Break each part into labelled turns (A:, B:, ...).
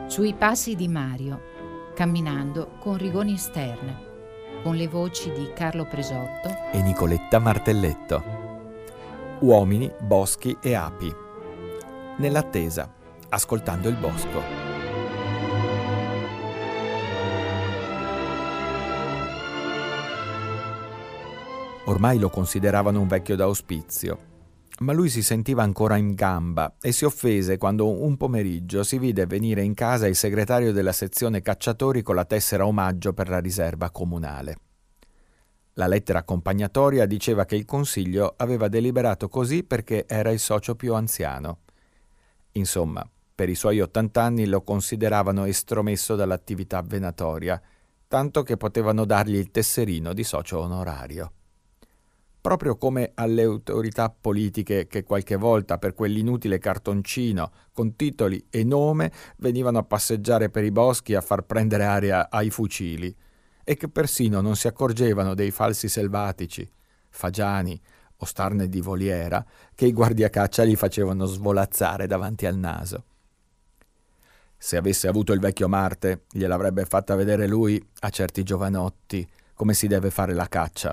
A: Sui passi di Mario, camminando con Rigoni Stern, con le voci di Carlo Presotto
B: e Nicoletta Martelletto. Uomini, boschi e api. Nell'attesa, ascoltando il bosco. Ormai lo consideravano un vecchio d'auspizio, ma lui si sentiva ancora in gamba e si offese quando un pomeriggio si vide venire in casa il segretario della sezione cacciatori con la tessera omaggio per la riserva comunale. La lettera accompagnatoria diceva che il consiglio aveva deliberato così perché era il socio più anziano. Insomma, per i suoi 80 anni lo consideravano estromesso dall'attività venatoria, tanto che potevano dargli il tesserino di socio onorario. Proprio come alle autorità politiche che qualche volta per quell'inutile cartoncino con titoli e nome venivano a passeggiare per i boschi a far prendere aria ai fucili e che persino non si accorgevano dei falsi selvatici, fagiani o starne di voliera che i guardiacaccia gli facevano svolazzare davanti al naso. Se avesse avuto il vecchio Marte, gliel'avrebbe fatta vedere lui a certi giovanotti come si deve fare la caccia.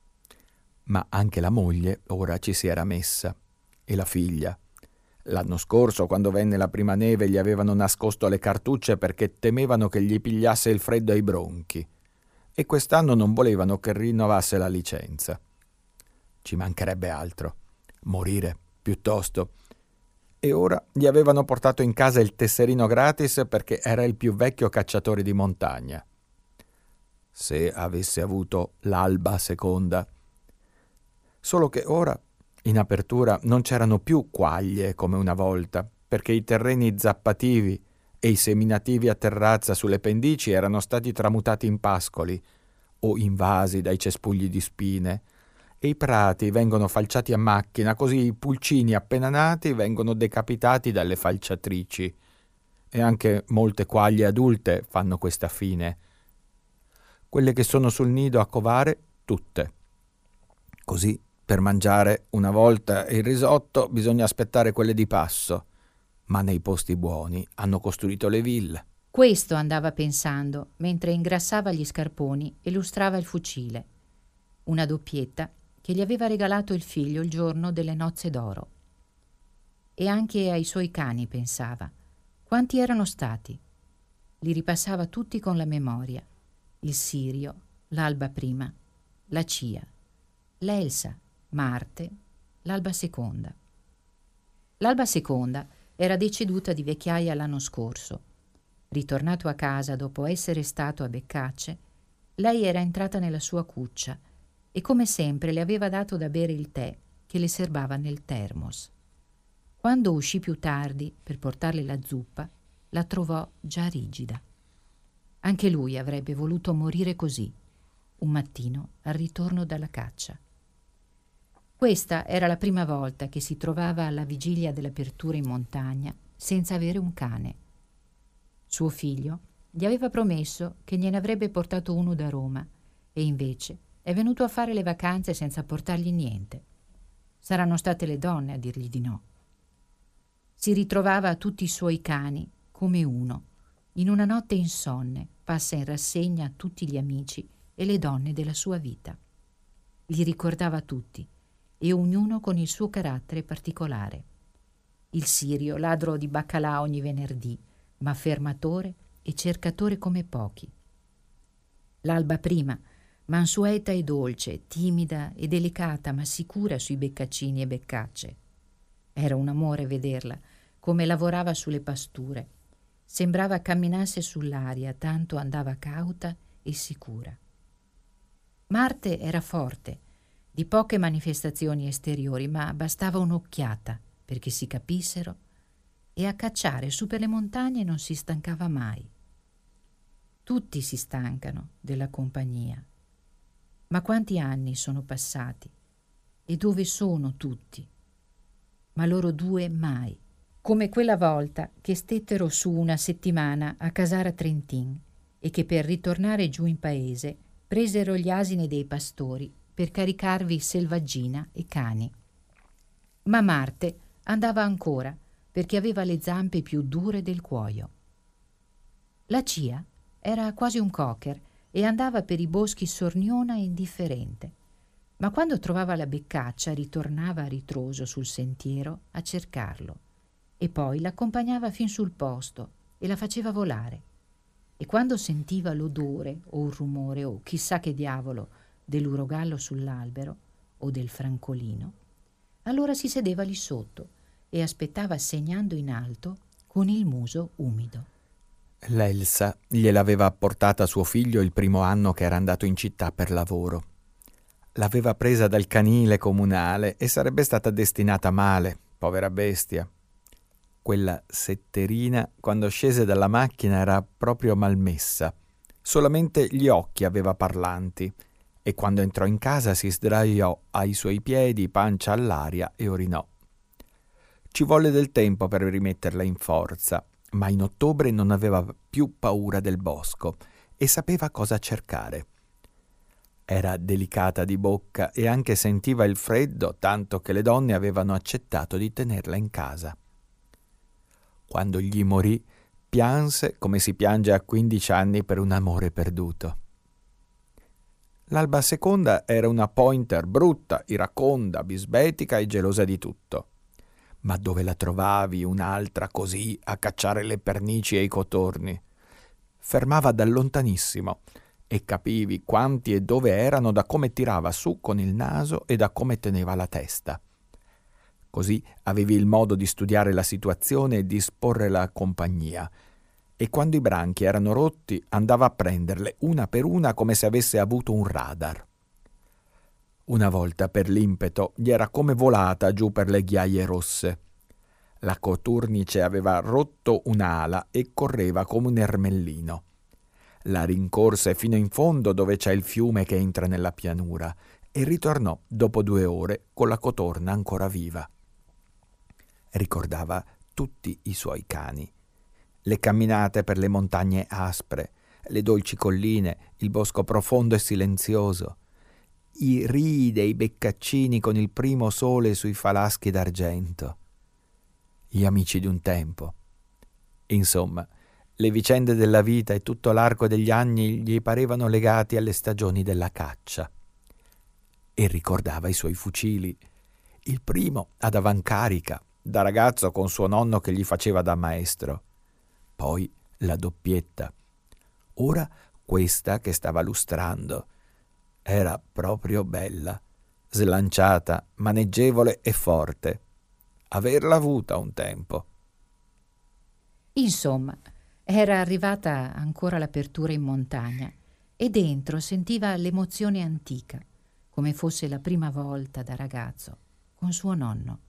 B: Ma anche la moglie ora ci si era messa, e la figlia. L'anno scorso, quando venne la prima neve, gli avevano nascosto le cartucce perché temevano che gli pigliasse il freddo ai bronchi, e quest'anno non volevano che rinnovasse la licenza. Ci mancherebbe altro, morire piuttosto. E ora gli avevano portato in casa il tesserino gratis perché era il più vecchio cacciatore di montagna. Se avesse avuto l'alba seconda. Solo che ora, in apertura, non c'erano più quaglie come una volta, perché i terreni zappativi e i seminativi a terrazza sulle pendici erano stati tramutati in pascoli o invasi dai cespugli di spine, e i prati vengono falciati a macchina, così i pulcini appena nati vengono decapitati dalle falciatrici, e anche molte quaglie adulte fanno questa fine. Quelle che sono sul nido a covare, tutte. Così, per mangiare una volta il risotto bisogna aspettare quelle di passo, ma nei posti buoni hanno costruito le ville.
A: Questo andava pensando mentre ingrassava gli scarponi e lustrava il fucile, una doppietta che gli aveva regalato il figlio il giorno delle nozze d'oro. E anche ai suoi cani pensava. Quanti erano stati? Li ripassava tutti con la memoria. Il Sirio, l'Alba prima, la Cia, l'Elsa, Marte, l'Alba seconda. L'Alba seconda era deceduta di vecchiaia l'anno scorso. Ritornato a casa dopo essere stato a Beccacce, lei era entrata nella sua cuccia e come sempre le aveva dato da bere il tè che le serbava nel termos. Quando uscì più tardi per portarle la zuppa, la trovò già rigida. Anche lui avrebbe voluto morire così, un mattino al ritorno dalla caccia. Questa era la prima volta che si trovava alla vigilia dell'apertura in montagna senza avere un cane. Suo figlio gli aveva promesso che gliene avrebbe portato uno da Roma e invece è venuto a fare le vacanze senza portargli niente. Saranno state le donne a dirgli di no. Si ritrovava a tutti i suoi cani come uno. In una notte insonne passa in rassegna a tutti gli amici e le donne della sua vita. Li ricordava tutti e ognuno con il suo carattere particolare. Il Sirio, ladro di baccalà ogni venerdì, ma fermatore e cercatore come pochi. L'Alba prima, mansueta e dolce, timida e delicata, ma sicura sui beccaccini e beccacce. Era un amore vederla, come lavorava sulle pasture. Sembrava camminasse sull'aria, tanto andava cauta e sicura. Marte era forte, di poche manifestazioni esteriori, ma bastava un'occhiata perché si capissero, e a cacciare su per le montagne non si stancava mai. Tutti si stancano della compagnia. Ma quanti anni sono passati? E dove sono tutti? Ma loro due mai. Come quella volta che stettero su una settimana a Casara Trentin e che per ritornare giù in paese presero gli asini dei pastori per caricarvi selvaggina e cani. Ma Marte andava ancora perché aveva le zampe più dure del cuoio. La Cia era quasi un cocker e andava per i boschi sorniona e indifferente, ma quando trovava la beccaccia ritornava a ritroso sul sentiero a cercarlo e poi l'accompagnava fin sul posto e la faceva volare. E quando sentiva l'odore o il rumore o chissà che diavolo dell'urogallo sull'albero o del francolino, allora si sedeva lì sotto e aspettava segnando in alto con il muso umido.
B: L'Elsa gliel'aveva portata suo figlio il primo anno che era andato in città per lavoro. L'aveva presa dal canile comunale e sarebbe stata destinata male, povera bestia. Quella setterina, quando scese dalla macchina, era proprio malmessa. Solamente gli occhi aveva parlanti e quando entrò in casa si sdraiò ai suoi piedi, pancia all'aria, e orinò. Ci volle del tempo per rimetterla in forza, ma in ottobre non aveva più paura del bosco e sapeva cosa cercare. Era delicata di bocca e anche sentiva il freddo, tanto che le donne avevano accettato di tenerla in casa. Quando gli morì, pianse come si piange a 15 anni per un amore perduto. L'alba seconda era una pointer brutta, iraconda, bisbetica e gelosa di tutto. Ma dove la trovavi un'altra così a cacciare le pernici e i cotorni? Fermava da lontanissimo e capivi quanti e dove erano da come tirava su con il naso e da come teneva la testa. Così avevi il modo di studiare la situazione e disporre la compagnia. E quando i branchi erano rotti andava a prenderle una per una come se avesse avuto un radar. Una volta per l'impeto gli era come volata giù per le ghiaie rosse. La coturnice aveva rotto un'ala e correva come un ermellino. La rincorse fino in fondo dove c'è il fiume che entra nella pianura e ritornò dopo 2 ore con la cotorna ancora viva. Ricordava tutti i suoi cani. Le camminate per le montagne aspre, le dolci colline, il bosco profondo e silenzioso, i rii dei beccaccini con il primo sole sui falaschi d'argento, gli amici di un tempo. Insomma, le vicende della vita e tutto l'arco degli anni gli parevano legati alle stagioni della caccia. E ricordava i suoi fucili, il primo ad avancarica, da ragazzo con suo nonno che gli faceva da maestro, poi la doppietta, ora questa che stava lustrando. Era proprio bella, slanciata, maneggevole e forte. Averla avuta un tempo.
A: Insomma, era arrivata ancora l'apertura in montagna e dentro sentiva l'emozione antica, come fosse la prima volta da ragazzo, con suo nonno.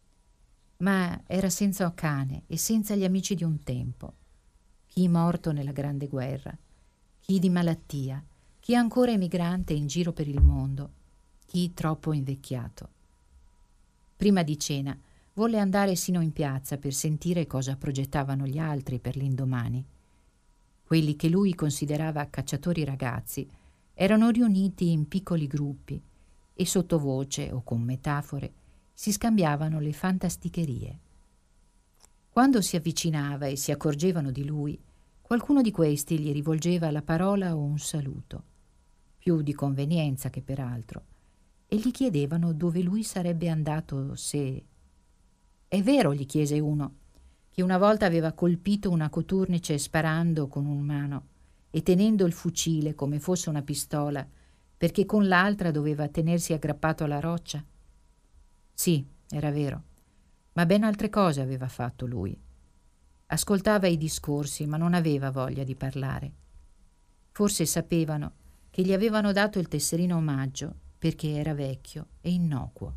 A: Ma era senza cane e senza gli amici di un tempo. Chi morto nella Grande Guerra, chi di malattia, chi ancora emigrante in giro per il mondo, chi troppo invecchiato. Prima di cena volle andare sino in piazza per sentire cosa progettavano gli altri per l'indomani. Quelli che lui considerava cacciatori ragazzi erano riuniti in piccoli gruppi e sottovoce o con metafore si scambiavano le fantasticherie. Quando si avvicinava e si accorgevano di lui, qualcuno di questi gli rivolgeva la parola o un saluto, più di convenienza che per altro, e gli chiedevano dove lui sarebbe andato se... È vero, gli chiese uno, che una volta aveva colpito una coturnice sparando con un mano e tenendo il fucile come fosse una pistola, perché con l'altra doveva tenersi aggrappato alla roccia? Sì, era vero, ma ben altre cose aveva fatto lui. Ascoltava i discorsi, ma non aveva voglia di parlare. Forse sapevano che gli avevano dato il tesserino omaggio perché era vecchio e innocuo.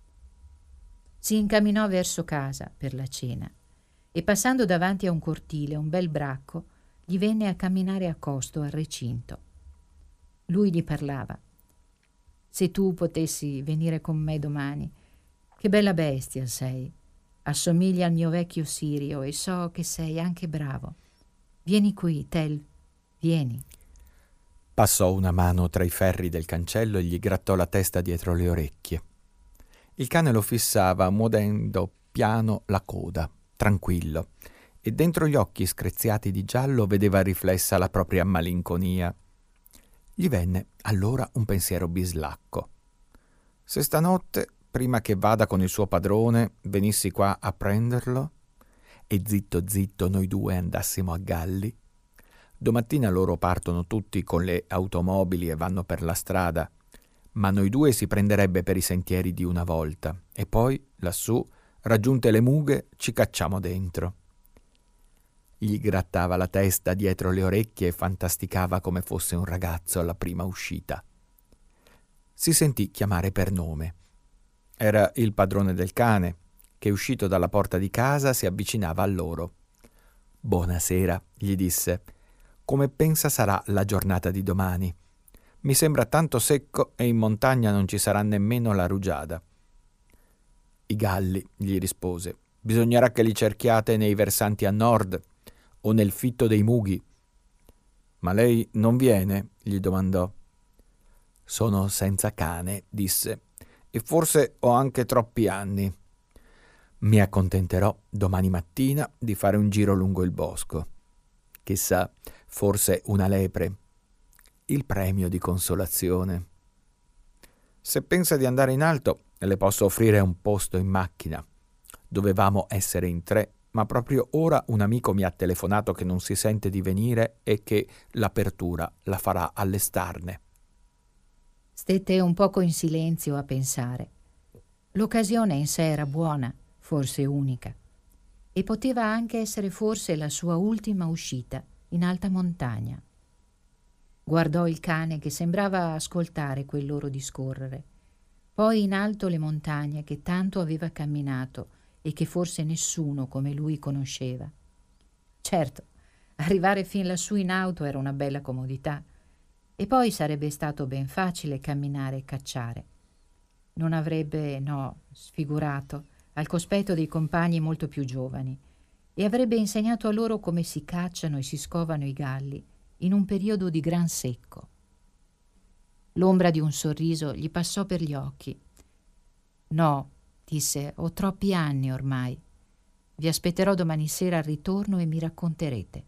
A: Si incamminò verso casa per la cena e passando davanti a un cortile, un bel bracco gli venne a camminare accosto al recinto. Lui gli parlava. Se tu potessi venire con me domani, che bella bestia sei. Assomigli al mio vecchio Sirio e so che sei anche bravo. Vieni qui, Tell, vieni.
B: Passò una mano tra i ferri del cancello e gli grattò la testa dietro le orecchie. Il cane lo fissava, muovendo piano la coda, tranquillo, e dentro gli occhi screziati di giallo vedeva riflessa la propria malinconia. Gli venne allora un pensiero bislacco. Se stanotte, prima che vada con il suo padrone, venissi qua a prenderlo e zitto zitto noi due andassimo a Galli. Domattina loro partono tutti con le automobili e vanno per la strada, ma noi due si prenderebbe per i sentieri di una volta e poi, lassù, raggiunte le mughe, ci cacciamo dentro. Gli grattava la testa dietro le orecchie e fantasticava come fosse un ragazzo alla prima uscita. Si sentì chiamare per nome. Era il padrone del cane, che uscito dalla porta di casa si avvicinava a loro. «Buonasera», gli disse. «Come pensa sarà la giornata di domani? Mi sembra tanto secco e in montagna non ci sarà nemmeno la rugiada». «I galli», gli rispose. «Bisognerà che li cerchiate nei versanti a nord o nel fitto dei mughi». «Ma lei non viene?» gli domandò. «Sono senza cane», disse, «e forse ho anche troppi anni. Mi accontenterò domani mattina di fare un giro lungo il bosco. Chissà, forse una lepre. Il premio di consolazione. Se pensa di andare in alto, le posso offrire un posto in macchina. Dovevamo essere in 3, ma proprio ora un amico mi ha telefonato che non si sente di venire e che l'apertura la farà all'Estarne».
A: Stette un poco in silenzio a pensare. L'occasione in sé era buona, forse unica, e poteva anche essere forse la sua ultima uscita in alta montagna. Guardò il cane che sembrava ascoltare quel loro discorrere, poi in alto le montagne che tanto aveva camminato e che forse nessuno come lui conosceva. Certo, arrivare fin lassù in auto era una bella comodità, e poi sarebbe stato ben facile camminare e cacciare. Non avrebbe, no, sfigurato, al cospetto dei compagni molto più giovani, e avrebbe insegnato a loro come si cacciano e si scovano i galli in un periodo di gran secco. L'ombra di un sorriso gli passò per gli occhi. «No», disse, «ho troppi anni ormai. Vi aspetterò domani sera al ritorno e mi racconterete».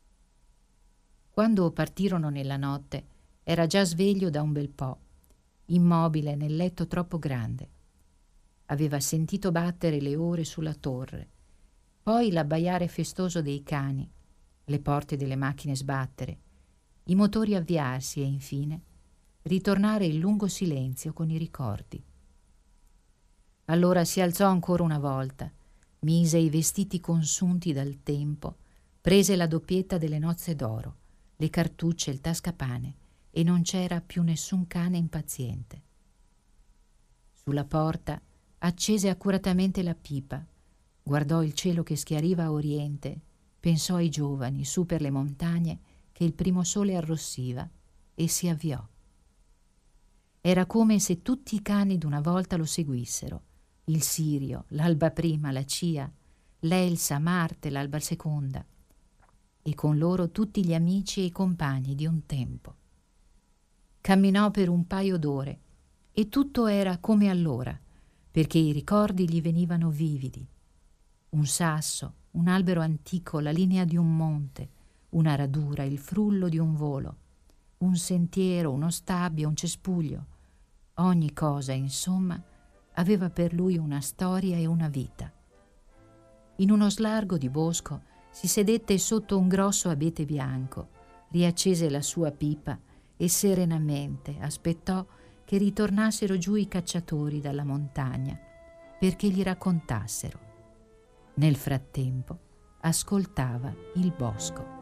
A: Quando partirono nella notte, era già sveglio da un bel po', immobile nel letto troppo grande. Aveva sentito battere le ore sulla torre, poi l'abbaiare festoso dei cani, le porte delle macchine sbattere, i motori avviarsi e infine ritornare il lungo silenzio con i ricordi. Allora si alzò ancora una volta, mise i vestiti consunti dal tempo, prese la doppietta delle nozze d'oro, le cartucce, il tascapane, e non c'era più nessun cane impaziente. Sulla porta accese accuratamente la pipa, guardò il cielo che schiariva a oriente, pensò ai giovani su per le montagne che il primo sole arrossiva e si avviò. Era come se tutti i cani d'una volta lo seguissero: il Sirio, l'alba prima, la Cia, l'Elsa, Marte, l'alba seconda, e con loro tutti gli amici e i compagni di un tempo. Camminò per un paio d'ore e tutto era come allora, perché i ricordi gli venivano vividi. Un sasso, un albero antico, la linea di un monte, una radura, il frullo di un volo, un sentiero, uno stabio, un cespuglio. Ogni cosa, insomma, aveva per lui una storia e una vita. In uno slargo di bosco si sedette sotto un grosso abete bianco, riaccese la sua pipa e serenamente aspettò che ritornassero giù i cacciatori dalla montagna perché gli raccontassero. Nel frattempo ascoltava il bosco.